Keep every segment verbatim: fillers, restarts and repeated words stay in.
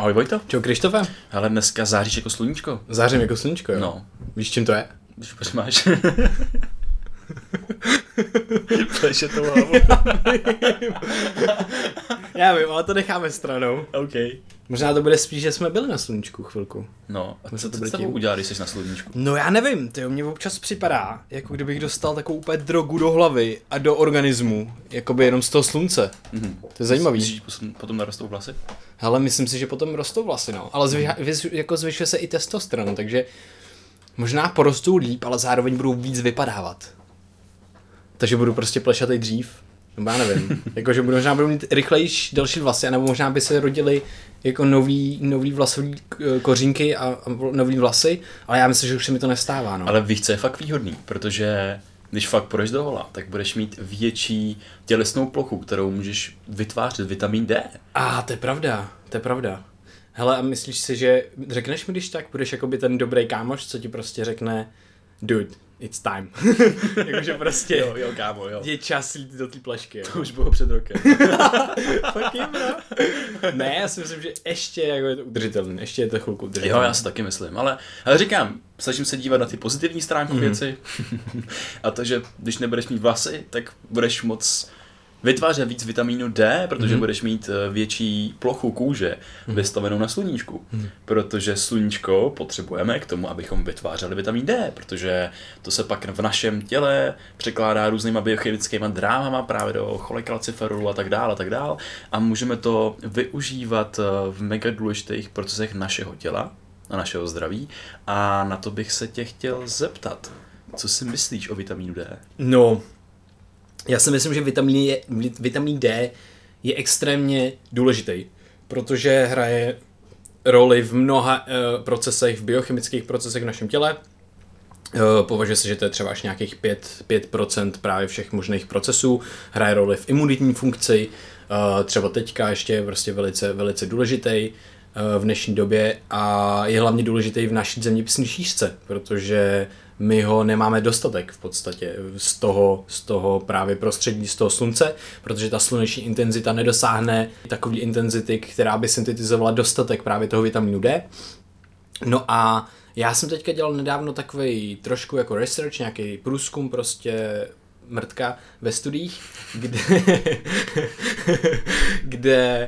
Ahoj Vojto. Čau Krištofe. Hele, dneska záříš jako sluníčko. Zářím jako sluníčko, jo? No. Víš, čím to je? Když vůbec máš. Pleše to hlavu. Já vím, ale to necháme stranou. OK. Možná to bude spíš, že jsme byli na sluníčku chvilku. No, a co to ty bude s tebou tím? udělal, když jsi na sluníčku? No já nevím, tyjo, mně občas připadá, jako kdybych dostal takovou úplně drogu do hlavy a do organismu, jakoby jenom z toho slunce. Mhm. To je zajímavý. Myslíš, že potom- potom narostou vlasy? Hele, myslím si, že potom rostou vlasy, no. Ale zvy, vys, jako zvyšuje se i testosteron, takže možná porostou líp, ale zároveň budou víc vypadávat. Takže budu prostě plešatej dřív. Nebo já nevím. Jakože budu, možná budu mít rychlejší další vlasy, nebo možná by se rodily jako nový, nový vlasový k- kořínky a, a nový vlasy, ale já myslím, že už se mi to nestává, no. Ale víš, co je fakt výhodný, protože když fakt půjdeš do hola, tak budeš mít větší tělesnou plochu, kterou můžeš vytvářet vitamin D. A ah, to je pravda, to je pravda. Hele, a myslíš si, že řekneš mi, když tak, budeš jakoby ten dobrý kámoš, co ti prostě řekne dude, it's time. Jakože prostě Jo, jo, kámo, jo. je čas jít do té plešky. Jo. To už bylo před rokem. Fakt je, bro. Ne, já si myslím, že ještě jako je to udržitelné, ještě je to chvilku udržitelné. Jo, já si taky myslím, ale, ale říkám, snažím se dívat na ty pozitivní stránky mm. věci a to, že když nebudeš mít vlasy, tak budeš moc vytvářet víc vitamínu D, protože mm. budeš mít větší plochu kůže mm. vystavenou na sluníčku, mm. protože sluníčko potřebujeme k tomu, abychom vytvářeli vitamin D, protože to se pak v našem těle překládá různýma biochemickýma drámama právě do cholekalciferolu a tak dále a tak dále a můžeme to využívat v mega důležitých procesech našeho těla a našeho zdraví a na to bych se tě chtěl zeptat. Co si myslíš o vitamínu D? No, já si myslím, že vitamin, je, vitamin D je extrémně důležitý, protože hraje roli v mnoha uh, procesech, v biochemických procesech v našem těle. Uh, považuje se, že to je třeba až nějakých pět procent právě všech možných procesů. Hraje roli v imunitní funkci, uh, třeba teďka ještě je prostě velice, velice důležitý uh, v dnešní době a je hlavně důležitý v naší zeměpisné šířce, protože my ho nemáme dostatek v podstatě z toho, z toho právě prostředí, z toho slunce, protože ta sluneční intenzita nedosáhne takové intenzity, která by syntetizovala dostatek právě toho vitamínu D. No a já jsem teďka dělal nedávno takový trošku jako research, nějaký průzkum prostě mrtka ve studiích, kde, kde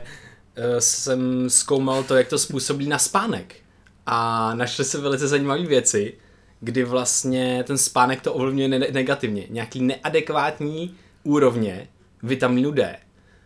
jsem zkoumal to, jak to způsobí na spánek. A našli se velice zajímavé věci, kdy vlastně ten spánek to ovlivňuje ne- negativně. Nějaký neadekvátní úrovně vitamínu D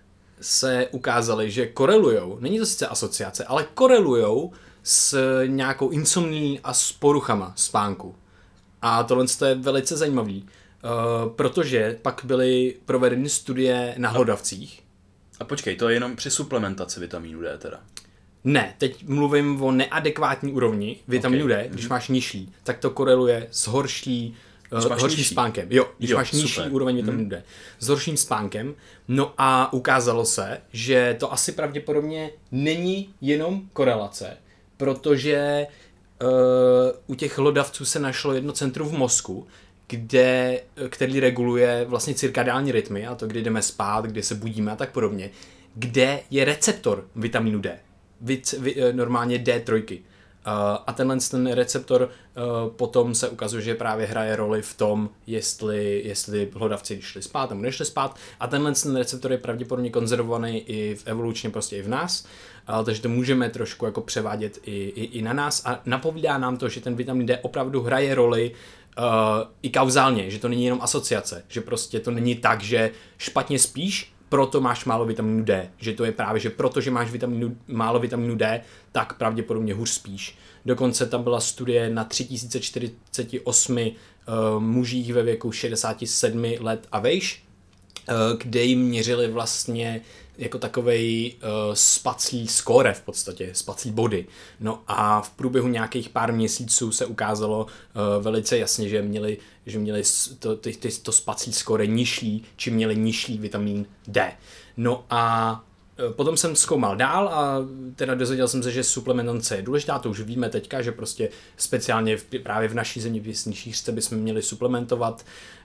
se ukázaly, že korelujou, není to sice asociace, ale korelujou s nějakou insomní a s poruchama spánku. A tohle je velice zajímavý, uh, protože pak byly provedeny studie na hlodavcích. A počkej, to je jenom při suplementaci vitamínu D teda. Ne, teď mluvím o neadekvátní úrovni vitamínu okay. D, když mm-hmm. máš nižší, tak to koreluje s horší, uh, horším nižší. spánkem. Jo, když jo, máš super. nižší úroveň vitamínu mm. D, s horším spánkem. No a ukázalo se, že to asi pravděpodobně není jenom korelace, protože uh, u těch hlodavců se našlo jedno centrum v mozku, kde, který reguluje vlastně cirkadiální rytmy, a to kdy jdeme spát, kdy se budíme a tak podobně, kde je receptor vitamínu D. Víc, vy, normálně D tři. Uh, a tenhle ten receptor uh, potom se ukazuje, že právě hraje roli v tom, jestli, jestli hlodavci šli spát nebo nešli spát. A tenhle ten receptor je pravděpodobně konzervovaný i v evolučně prostě i v nás. Uh, takže to můžeme trošku jako převádět i, i, i na nás. A napovídá nám to, že ten vitamin D opravdu hraje roli uh, i kauzálně, že to není jenom asociace. Že prostě to není tak, že špatně spíš, proto máš málo vitamínu D, že to je právě, že protože máš vitamínu, málo vitamínu D, tak pravděpodobně hůř spíš. Dokonce tam byla studie na tři tisíce čtyřicet osm uh, mužích ve věku šedesát sedm let a vejš, uh, kde jim měřili vlastně jako takovej uh, spací score v podstatě, spací body. No a v průběhu nějakých pár měsíců se ukázalo uh, velice jasně, že měli, že měli to, ty, ty, to spací score nižší, či měli nižší vitamin D. No a potom jsem zkoumal dál a teda dozvěděl jsem se, že suplementace je důležitá, to už víme teďka, že prostě speciálně v, právě v naší zeměpisné šířce bychom měli suplementovat.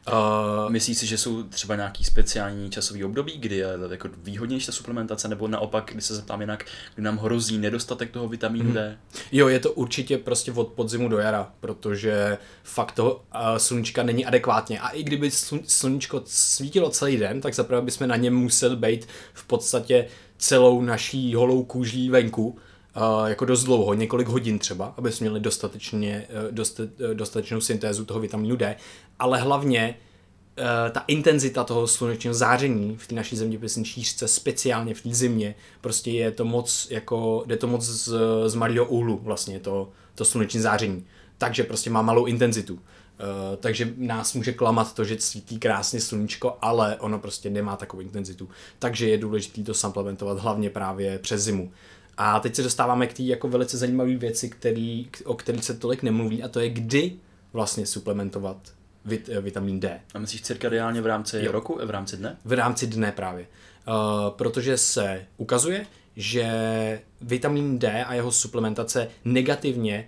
Uh, Myslíš si, že jsou třeba nějaký speciální časový období, kdy je jako výhodnější ta suplementace, nebo naopak, když se zeptám jinak, kdy nám hrozí nedostatek toho vitamínu mm. D? Jo, je to určitě prostě od podzimu do jara, protože fakt toho uh, sluníčka není adekvátně. A i kdyby sluníčko svítilo celý den, tak zaprvé bychom na něm museli být v podstatě celou naší holou kůží venku, Uh, jako dost dlouho, několik hodin třeba, aby jsme měli dostatečně, uh, dost, uh, dostatečnou syntézu toho vitamínu D, ale hlavně uh, ta intenzita toho slunečního záření v té naší zeměpisné šířce, speciálně v té zimě, prostě je to moc, jako, jde to moc z, z malého úhlu vlastně, to, to sluneční záření, takže prostě má malou intenzitu. Uh, takže nás může klamat to, že svítí krásně sluníčko, ale ono prostě nemá takovou intenzitu, takže je důležité to supplementovat hlavně právě přes zimu. A teď se dostáváme k té jako velice zajímavé věci, který, o kterých se tolik nemluví, a to je kdy vlastně suplementovat vit, vitamin D. A myslíš cirkadiálně v rámci jo. roku, v rámci dne? V rámci dne právě. Uh, protože se ukazuje, že vitamin D a jeho suplementace negativně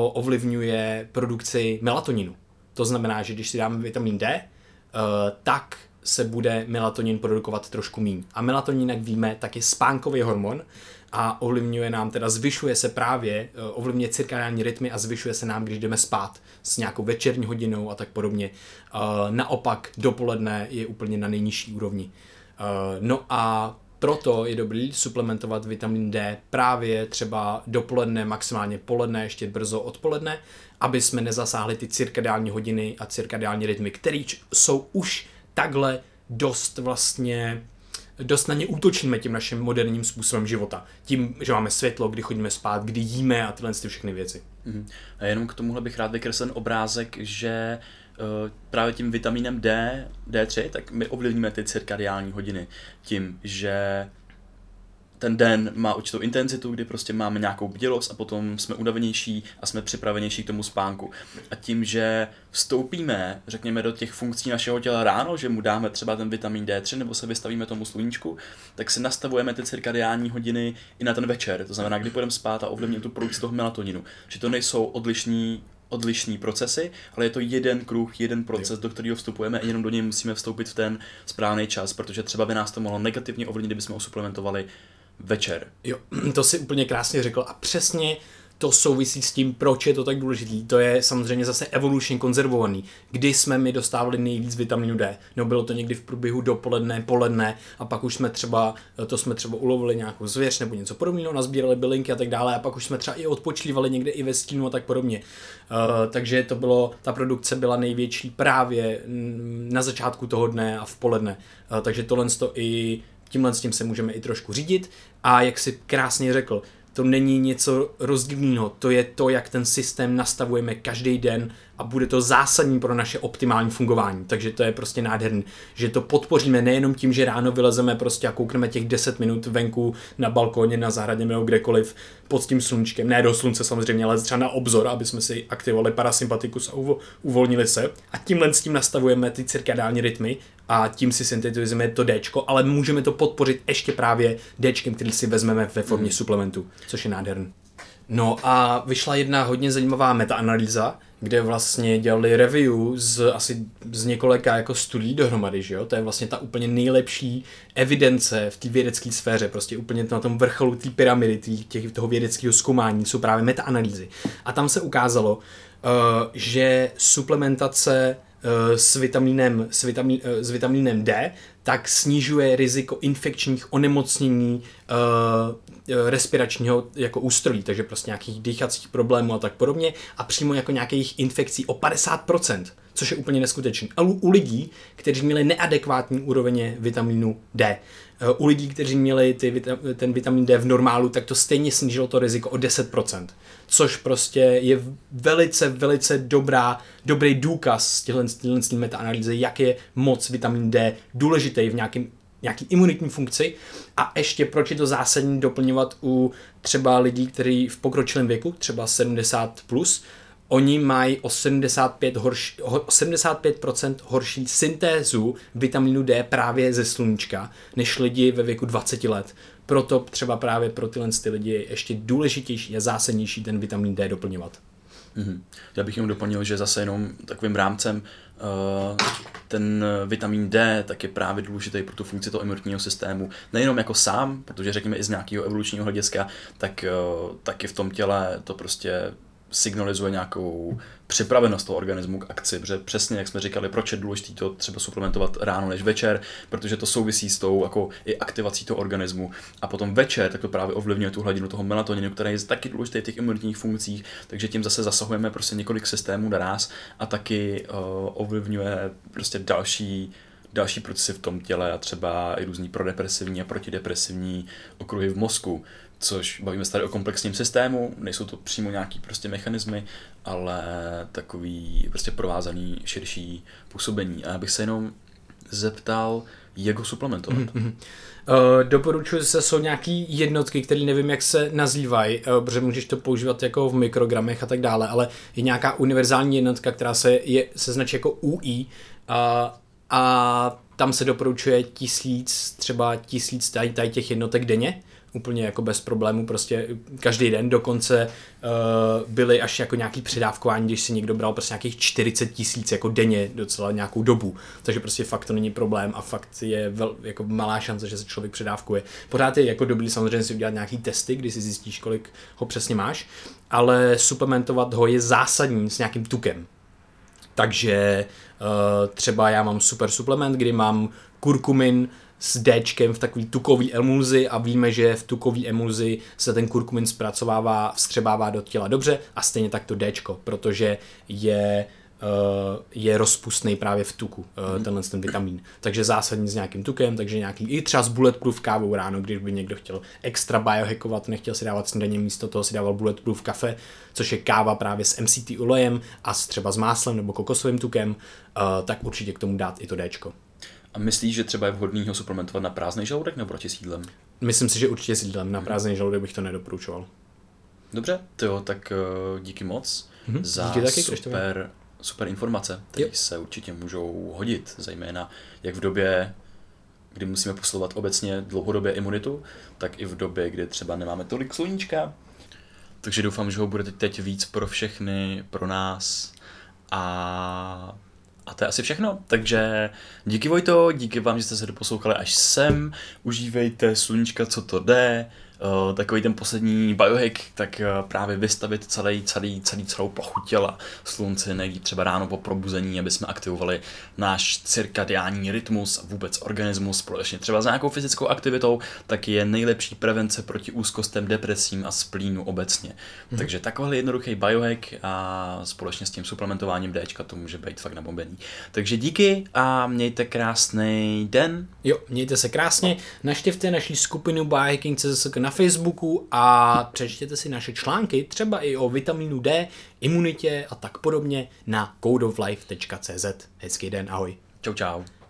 ovlivňuje produkci melatoninu. To znamená, že když si dáme vitamin D, uh, tak se bude melatonin produkovat trošku míň. A melatonin, jak víme, tak je spánkový hormon a ovlivňuje nám, teda zvyšuje se právě, ovlivňuje cirkadiální rytmy a zvyšuje se nám, když jdeme spát s nějakou večerní hodinou a tak podobně. Naopak dopoledne je úplně na nejnižší úrovni. No a proto je dobrý suplementovat vitamin D právě třeba dopoledne, maximálně poledne, ještě brzo odpoledne, aby jsme nezasáhli ty cirkadiální hodiny a cirkadiální rytmy, které jsou už takhle dost vlastně, dost na ně útočíme tím naším moderním způsobem života. Tím, že máme světlo, kdy chodíme spát, kdy jíme a tyhle ty všechny věci. Mm. A jenom k tomuhle bych rád vykreslil obrázek, že uh, právě tím vitamínem D, D tři, tak my ovlivníme ty cirkadiální hodiny tím, že ten den má určitou intenzitu, kdy prostě máme nějakou bdělost a potom jsme unavenější a jsme připravenější k tomu spánku. A tím, že vstoupíme, řekněme, do těch funkcí našeho těla ráno, že mu dáme třeba ten vitamin D tři nebo se vystavíme tomu sluníčku, tak si nastavujeme ty cirkadiální hodiny i na ten večer. To znamená, kdy půjdeme spát a ovlivníme tu produkci toho melatoninu. Že to nejsou odlišní odlišní procesy, ale je to jeden kruh, jeden proces, jo. do kterého vstupujeme a jenom do něj musíme vstoupit v ten správný čas, protože třeba by nás to mohlo negativně ovlivnit, kdybychom ho suplementovali večer. Jo, to si úplně krásně řekl a přesně to souvisí s tím, proč je to tak důležitý. To je samozřejmě zase evolučně konzervovaný. Kdy jsme my dostávali nejvíc vitaminu D? No bylo to někdy v průběhu dopoledne, poledne a pak už jsme třeba, to jsme třeba ulovili nějakou zvěř nebo něco podobného, nazbírali bylinky a tak dále a pak už jsme třeba i odpočívali někde i ve stínu a tak podobně. Uh, takže to bylo, ta produkce byla největší právě na začátku toho dne a v poledne. Uh, takže tohle to i tímhle s tím se můžeme i trošku řídit a jak si krásně řekl, to není něco rozdílného, to je to, jak ten systém nastavujeme každý den a bude to zásadní pro naše optimální fungování. Takže to je prostě nádherný, že to podpoříme nejenom tím, že ráno vylezeme prostě a koukneme těch deset minut venku na balkóně, na zahradě nebo kdekoliv pod tím sluníčkem, ne do slunce samozřejmě, ale třeba na obzor, aby jsme si aktivovali parasympatikus a uvo- uvolnili se. A tímhle s tím nastavujeme ty cirkadiální rytmy a tím si syntetizujeme to Dčko, ale můžeme to podpořit ještě právě Dčkem, který si vezmeme ve formě mm. suplementu, což je nádherný. No a vyšla jedna hodně zajímavá metaanalýza, kde vlastně dělali review z asi z několika jako studií dohromady, že jo? To je vlastně ta úplně nejlepší evidence v té vědecké sféře, prostě úplně na tom vrcholu té pyramidy, tý, těch, toho vědeckého zkoumání, jsou právě metaanalýzy. A tam se ukázalo, uh, že suplementace uh, s vitamínem, s, vitamín, uh, s vitamínem D tak snižuje riziko infekčních onemocnění uh, respiračního jako ústrojí, takže prostě nějakých dýchacích problémů a tak podobně a přímo jako nějakých infekcí o padesát procent, což je úplně neskutečný. A u, u lidí, kteří měli neadekvátní úroveň vitamínu D, uh, u lidí, kteří měli ty, ten vitamin D v normálu, tak to stejně snížilo to riziko o deset procent, což prostě je velice, velice dobrá, dobrý důkaz z těchto metaanalýzy, jak je moc vitamin D důležitý v nějakým, nějaký imunitní funkci a ještě proč je to zásadní doplňovat u třeba lidí, kteří v pokročilém věku, třeba sedmdesát plus, oni mají o sedmdesát pět, horší, o sedmdesát pět procent horší syntézu vitamínu D právě ze sluníčka, než lidi ve věku dvacet let. proto třeba právě pro tyhle ty lidi je ještě důležitější a zásadnější ten vitamin D doplňovat. Mm-hmm. Já bych jenom doplnil, že zase jenom takovým rámcem uh, ten vitamin D tak je právě důležitý pro tu funkci toho imunitního systému. Nejenom jako sám, protože řekněme i z nějakého evolučního hlediska, tak uh, taky v tom těle to prostě signalizuje nějakou připravenost toho organismu k akci, protože přesně jak jsme říkali, proč je důležité to třeba suplementovat ráno než večer, protože to souvisí s tou jako i aktivací toho organismu a potom večer tak to právě ovlivňuje tu hladinu toho melatoninu, který je taky důležitý v těch imunitních funkcích, takže tím zase zasahujeme prostě několik systémů naráz a taky uh, ovlivňuje prostě další další procesy v tom těle a třeba i různý prodepresivní a protidepresivní okruhy v mozku, což bavíme se tady o komplexním systému, nejsou to přímo nějaký prostě mechanismy, ale takový prostě provázaný širší působení. A já bych se jenom zeptal, jak ho suplementovat. Mm-hmm. Uh, doporučuji se, jsou nějaký jednotky, které nevím, jak se nazývají, uh, protože můžeš to používat jako v mikrogramech a tak dále, ale je nějaká univerzální jednotka, která se, je, se značí jako U I uh, a tam se doporučuje tisíc, třeba tisíc tady, tady těch jednotek denně, úplně jako bez problémů, prostě každý den, dokonce uh, byly až jako nějaký předávkování, když si někdo bral prostě nějakých čtyřicet tisíc jako denně docela nějakou dobu, takže prostě fakt to není problém a fakt je vel, jako malá šance, že se člověk předávkuje. Pořád je jako dobrý samozřejmě si udělat nějaký testy, kdy si zjistíš, kolik ho přesně máš, ale suplementovat ho je zásadní s nějakým tukem. Takže uh, třeba já mám super suplement, kdy mám kurkumin s Dčkem v takový tukový emulzi a víme, že v tukové emulzi se ten kurkumin zpracovává, vstřebává do těla dobře a stejně tak to Dčko, protože je, uh, je rozpustný právě v tuku, uh, tenhle ten vitamin. Takže zásadní s nějakým tukem, takže nějaký i třeba s bulletproof kávou ráno, když by někdo chtěl extra biohackovat, nechtěl si dávat snídaně, místo toho si dával bulletproof kafe, což je káva právě s M C T olejem a s třeba s máslem nebo kokosovým tukem, uh, tak určitě k tomu dát i to Dčko. A myslíš, že třeba je vhodný ho suplementovat na prázdný žaludek nebo proti s jídlem? Myslím si, že určitě s jídlem. Na prázdný žaludek bych to nedoporučoval. Dobře, jo, tak uh, díky moc mm-hmm. za díky taky, super, super informace, které se určitě můžou hodit, zejména jak v době, kdy musíme posilovat obecně dlouhodobě imunitu, tak i v době, kdy třeba nemáme tolik sluníčka. Takže doufám, že ho bude teď víc pro všechny, pro nás a... A to je asi všechno, takže díky Vojto, díky vám, že jste se doposlouchali až sem, užívejte sluníčka, co to jde, uh, takový ten poslední biohack, tak uh, právě vystavit celý, celý, celý celou plochu těla slunci, nejít třeba ráno po probuzení, aby jsme aktivovali náš cirkadiální rytmus a vůbec organismus společně třeba s nějakou fyzickou aktivitou, tak je nejlepší prevence proti úzkostem, depresím a splínu obecně. Hmm. Takže takový jednoduchý biohack a společně s tím suplementováním Dčka to může být fakt na bombení. Takže díky a mějte krásný den. Jo, mějte se krásně, naštěvte naši skupinu biohacking tečka cé zet na Facebooku a přečtěte si naše články, třeba i o vitamínu D, imunitě a tak podobně na codeoflife tečka cé zet. Hezký den, ahoj. Čau, čau.